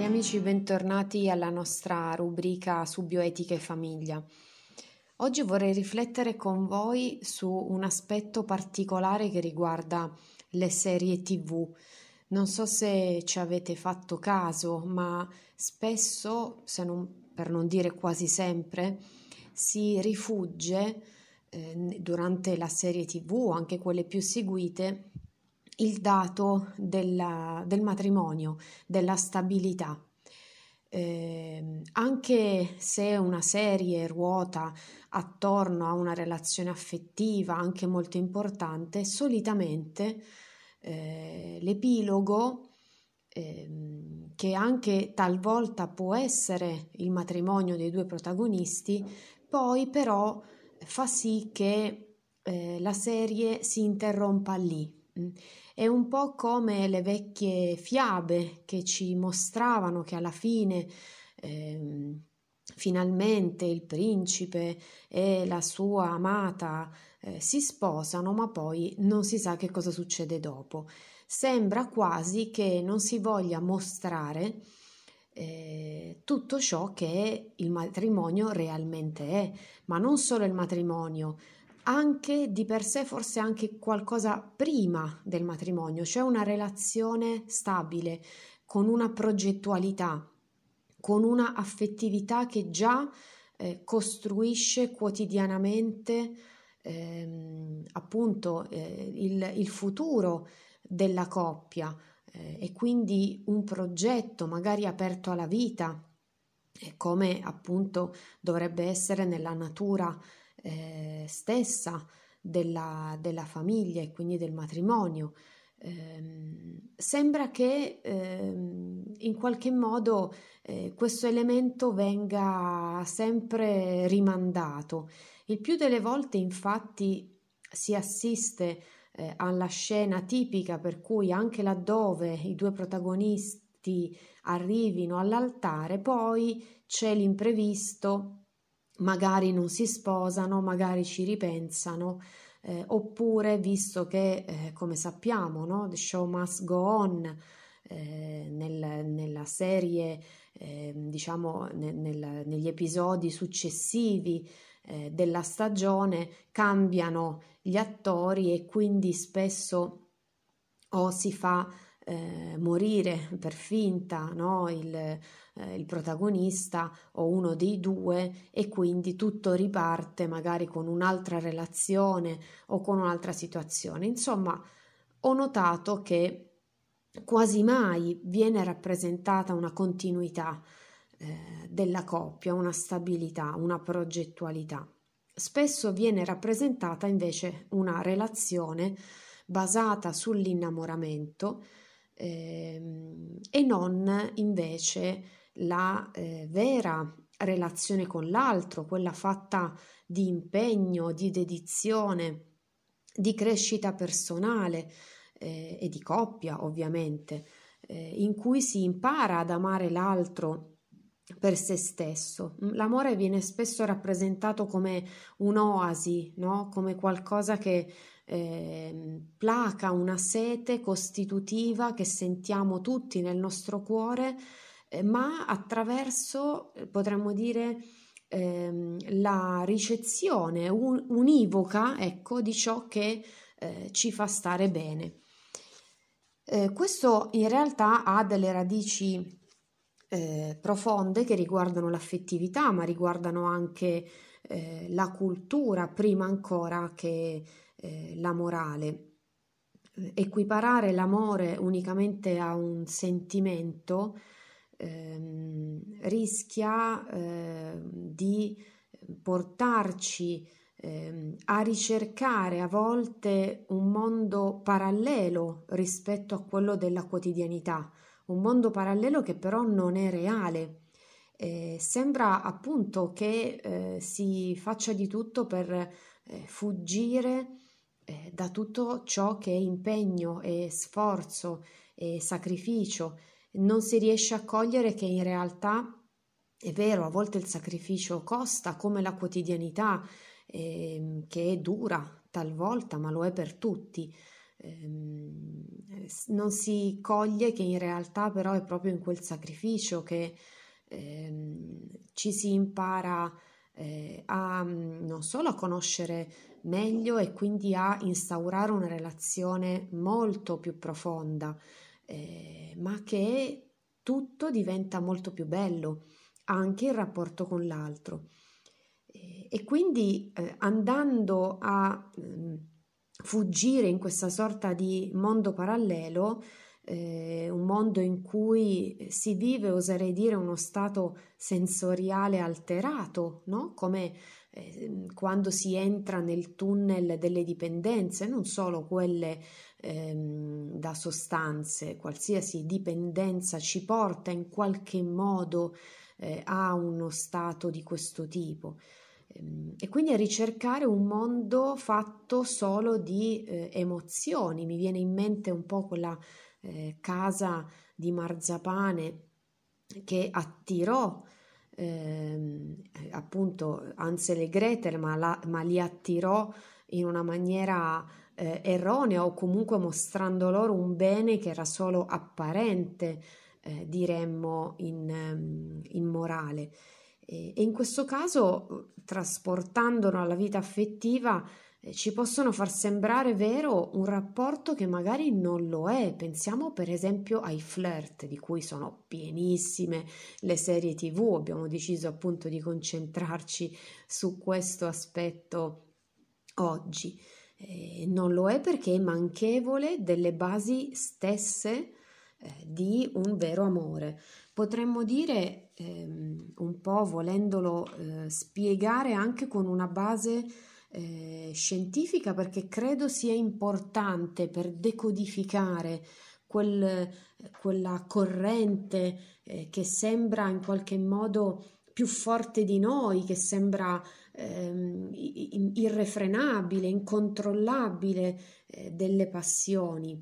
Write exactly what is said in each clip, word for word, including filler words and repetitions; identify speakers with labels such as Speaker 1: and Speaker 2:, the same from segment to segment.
Speaker 1: amici, bentornati alla nostra rubrica su bioetica e famiglia. Oggi vorrei riflettere con voi su un aspetto particolare che riguarda le serie T V. Non so se ci avete fatto caso, ma spesso, se non, per non dire quasi sempre, si rifugge eh, durante la serie T V, anche quelle più seguite, il dato della, del matrimonio, della stabilità. Eh, anche se una serie ruota attorno a una relazione affettiva anche molto importante, solitamente eh, l'epilogo, eh, che anche talvolta può essere il matrimonio dei due protagonisti, poi però fa sì che eh, la serie si interrompa lì. È un po' come le vecchie fiabe che ci mostravano che alla fine ehm, finalmente il principe e la sua amata eh, si sposano, ma poi non si sa che cosa succede dopo. Sembra quasi che non si voglia mostrare eh, tutto ciò che il matrimonio realmente è, ma non solo il matrimonio, anche di per sé forse anche qualcosa prima del matrimonio, cioè una relazione stabile, con una progettualità, con una affettività che già eh, costruisce quotidianamente ehm, appunto eh, il, il futuro della coppia eh, e quindi un progetto magari aperto alla vita, eh, come appunto dovrebbe essere nella natura eh, stessa della, della famiglia e quindi del matrimonio. Eh, sembra che eh, in qualche modo eh, questo elemento venga sempre rimandato. Il più delle volte infatti si assiste eh, alla scena tipica per cui anche laddove i due protagonisti arrivino all'altare, poi c'è l'imprevisto, magari non si sposano, magari ci ripensano, eh, oppure visto che, eh, come sappiamo, no? The show must go on, eh, nel, nella serie, eh, diciamo, nel, nel, negli episodi successivi eh, della stagione cambiano gli attori e quindi spesso o si fa eh, morire per finta, no? il, eh, il protagonista o uno dei due e quindi tutto riparte magari con un'altra relazione o con un'altra situazione. Insomma, ho notato che quasi mai viene rappresentata una continuità eh, della coppia, una stabilità, una progettualità. Spesso viene rappresentata invece una relazione basata sull'innamoramento ehm, e non invece la eh, vera relazione con l'altro, quella fatta di impegno, di dedizione, di crescita personale eh, e di coppia, ovviamente, eh, in cui si impara ad amare l'altro per se stesso. L'amore viene spesso rappresentato come un'oasi, no? Come qualcosa che eh, placa una sete costitutiva che sentiamo tutti nel nostro cuore, eh, ma attraverso, eh, potremmo dire, ehm, la ricezione un- univoca, ecco, di ciò che eh, ci fa stare bene. Eh, questo in realtà ha delle radici eh, profonde che riguardano l'affettività, ma riguardano anche eh, la cultura, prima ancora che eh, la morale. Equiparare l'amore unicamente a un sentimento ehm, rischia eh, di portarci ehm, a ricercare a volte un mondo parallelo rispetto a quello della quotidianità, un mondo parallelo che però non è reale. Eh, sembra appunto che eh, si faccia di tutto per eh, fuggire eh, da tutto ciò che è impegno e sforzo e sacrificio. Non si riesce a cogliere che in realtà è vero, a volte il sacrificio costa come la quotidianità, eh, che è dura talvolta, ma lo è per tutti. ehm, non si coglie che in realtà però è proprio in quel sacrificio che ehm, ci si impara eh, a non solo a conoscere meglio e quindi a instaurare una relazione molto più profonda, eh, ma che tutto diventa molto più bello, anche il rapporto con l'altro. E, e quindi eh, andando a ehm, fuggire in questa sorta di mondo parallelo, eh, un mondo in cui si vive, oserei dire, uno stato sensoriale alterato, no? Come eh, quando si entra nel tunnel delle dipendenze, non solo quelle ehm, da sostanze, qualsiasi dipendenza ci porta in qualche modo eh, a uno stato di questo tipo. Ehm, E quindi a ricercare un mondo fatto solo di eh, emozioni. Mi viene in mente un po' quella eh, casa di Marzapane che attirò ehm, appunto Hansel e Gretel, ma, la- ma li attirò in una maniera eh, erronea o comunque mostrando loro un bene che era solo apparente, eh, diremmo in, ehm, in morale. E, e in questo caso, trasportandolo alla vita affettiva, eh, ci possono far sembrare vero un rapporto che magari non lo è. Pensiamo per esempio ai flirt, di cui sono pienissime le serie T V. Abbiamo deciso appunto di concentrarci su questo aspetto oggi. Eh, non lo è perché è manchevole delle basi stesse eh, di un vero amore. Potremmo dire, ehm, un po' volendolo eh, spiegare anche con una base eh, scientifica, perché credo sia importante per decodificare quel, quella corrente eh, che sembra in qualche modo più forte di noi, che sembra ehm, irrefrenabile, incontrollabile eh, delle passioni.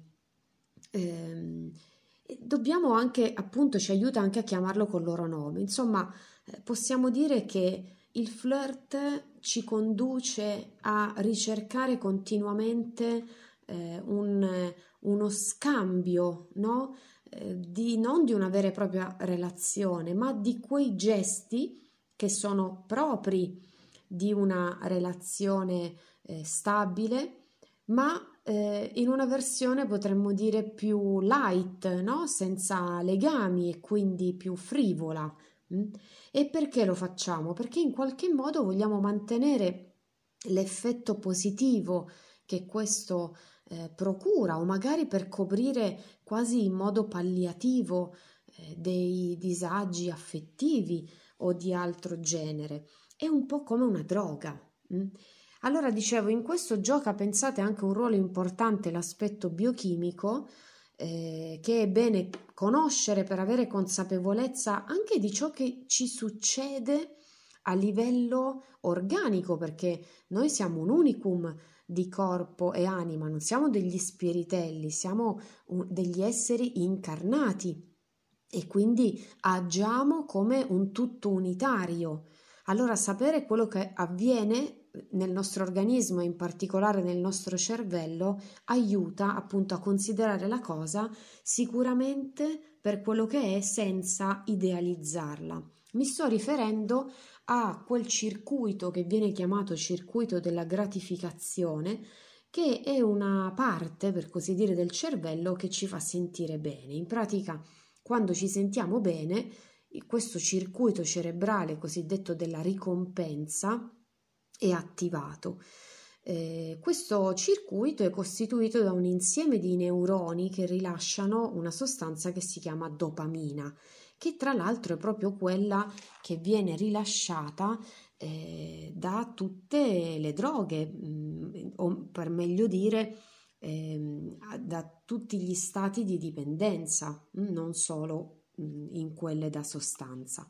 Speaker 1: Ehm, e dobbiamo anche, appunto, ci aiuta anche a chiamarlo col loro nome. Insomma, eh, possiamo dire che il flirt ci conduce a ricercare continuamente eh, un, uno scambio, no? Eh, di, non di una vera e propria relazione, ma di quei gesti che sono propri di una relazione eh, stabile, ma eh, in una versione potremmo dire più light, no? Senza legami e quindi più frivola. mm? E perché lo facciamo? Perché in qualche modo vogliamo mantenere l'effetto positivo che questo eh, procura, o magari per coprire quasi in modo palliativo eh, dei disagi affettivi o di altro genere. È un po' come una droga. mm? Allora dicevo, in questo gioca, pensate, anche un ruolo importante l'aspetto biochimico, eh, che è bene conoscere per avere consapevolezza anche di ciò che ci succede a livello organico, perché noi siamo un unicum di corpo e anima, non siamo degli spiritelli, siamo un- degli esseri incarnati e quindi agiamo come un tutto unitario. Allora sapere quello che avviene nel nostro organismo e in particolare nel nostro cervello aiuta appunto a considerare la cosa sicuramente per quello che è senza idealizzarla. Mi sto riferendo a quel circuito che viene chiamato circuito della gratificazione, che è una parte, per così dire, del cervello che ci fa sentire bene. In pratica, quando ci sentiamo bene, questo circuito cerebrale cosiddetto della ricompensa è attivato. Eh, questo circuito è costituito da un insieme di neuroni che rilasciano una sostanza che si chiama dopamina, che tra l'altro è proprio quella che viene rilasciata eh, da tutte le droghe, mh, o per meglio dire ehm, da tutti gli stati di dipendenza, mh, non solo mh, in quelle da sostanza.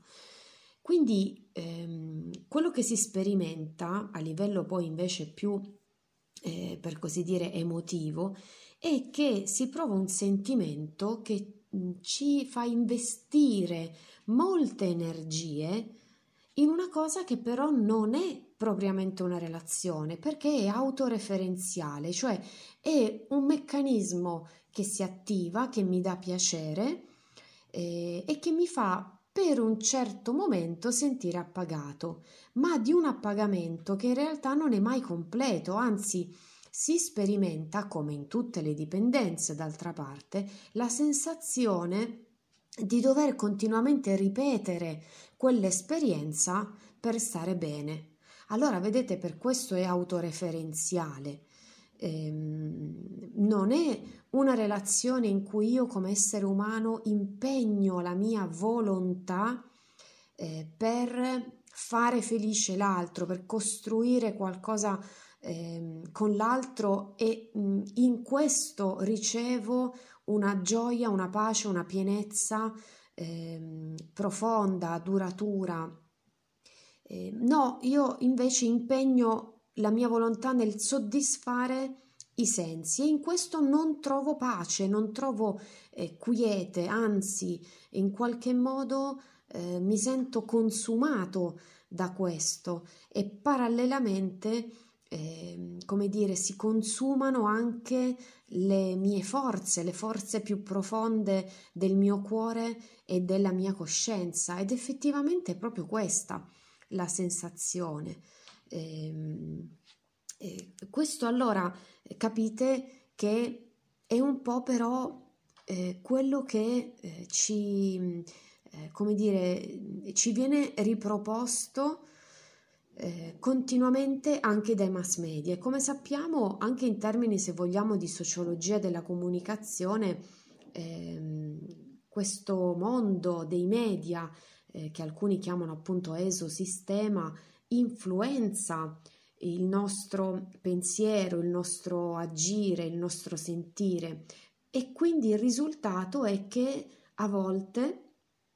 Speaker 1: Quindi ehm, quello che si sperimenta a livello poi invece più, eh, per così dire, emotivo, è che si prova un sentimento che mh, ci fa investire molte energie in una cosa che però non è propriamente una relazione, perché è autoreferenziale, cioè è un meccanismo che si attiva, che mi dà piacere eh, e che mi fa per un certo momento sentire appagato, ma di un appagamento che in realtà non è mai completo, anzi si sperimenta, come in tutte le dipendenze d'altra parte, la sensazione di dover continuamente ripetere quell'esperienza per stare bene. Allora, vedete, per questo è autoreferenziale. Ehm, non è una relazione in cui io come essere umano impegno la mia volontà eh, per fare felice l'altro, per costruire qualcosa ehm, con l'altro e mh, in questo ricevo una gioia, una pace, una pienezza ehm, profonda, duratura. Eh, no, io invece impegno la mia volontà nel soddisfare i sensi e in questo non trovo pace, non trovo eh, quiete, anzi, in qualche modo eh, mi sento consumato da questo e parallelamente, eh, come dire, si consumano anche le mie forze, le forze più profonde del mio cuore e della mia coscienza ed effettivamente è proprio questa la sensazione. Ehm, eh, questo allora capite che è un po' però eh, quello che eh, ci, eh, come dire, ci viene riproposto eh, continuamente anche dai mass media. E come sappiamo, anche in termini, se vogliamo, di sociologia della comunicazione, ehm, questo mondo dei media, eh, che alcuni chiamano appunto esosistema, influenza il nostro pensiero, il nostro agire, il nostro sentire e quindi il risultato è che a volte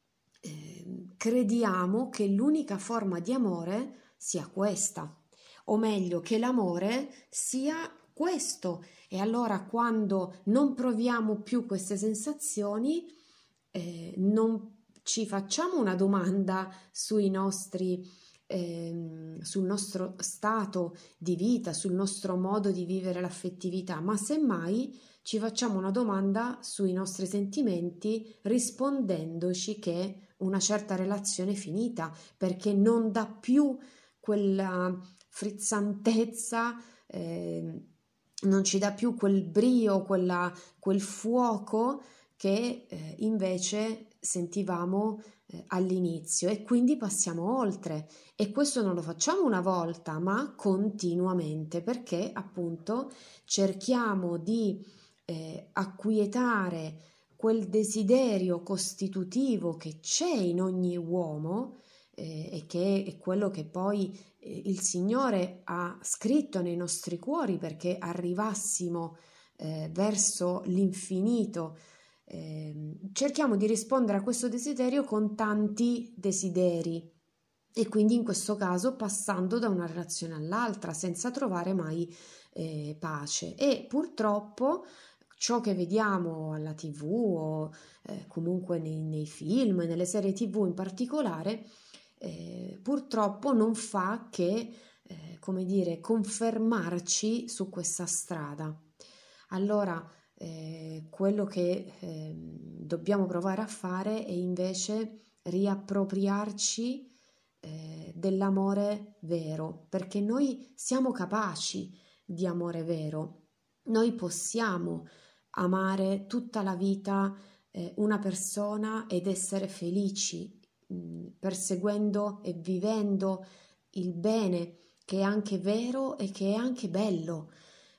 Speaker 1: eh, crediamo che l'unica forma di amore sia questa, o meglio che l'amore sia questo e allora quando non proviamo più queste sensazioni eh, non ci facciamo una domanda sui nostri ehm, sul nostro stato di vita, sul nostro modo di vivere l'affettività, ma semmai ci facciamo una domanda sui nostri sentimenti rispondendoci che una certa relazione è finita perché non dà più quella frizzantezza, eh, non ci dà più quel brio, quella, quel fuoco che eh, invece sentivamo eh, all'inizio e quindi passiamo oltre e questo non lo facciamo una volta ma continuamente perché appunto cerchiamo di eh, acquietare quel desiderio costitutivo che c'è in ogni uomo eh, e che è quello che poi eh, il Signore ha scritto nei nostri cuori perché arrivassimo eh, verso l'infinito. Eh, cerchiamo di rispondere a questo desiderio con tanti desideri e quindi in questo caso passando da una relazione all'altra senza trovare mai eh, pace e purtroppo ciò che vediamo alla tivù o eh, comunque nei, nei film, nelle serie tivù in particolare, eh, purtroppo non fa che, eh, come dire, confermarci su questa strada. Allora, eh, quello che eh, dobbiamo provare a fare è invece riappropriarci eh, dell'amore vero, perché noi siamo capaci di amore vero, noi possiamo amare tutta la vita eh, una persona ed essere felici, mh, perseguendo e vivendo il bene che è anche vero e che è anche bello,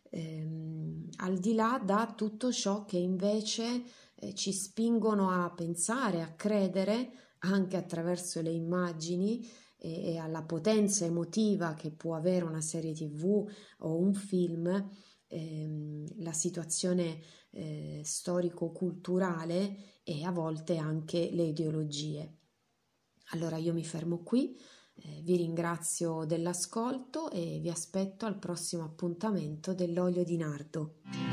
Speaker 1: ehm, al di là da tutto ciò che invece eh, ci spingono a pensare, a credere, anche attraverso le immagini e, e alla potenza emotiva che può avere una serie tivù o un film, ehm, la situazione eh, storico-culturale e a volte anche le ideologie. Allora io mi fermo qui, eh, vi ringrazio dell'ascolto e vi aspetto al prossimo appuntamento dell'olio di nardo.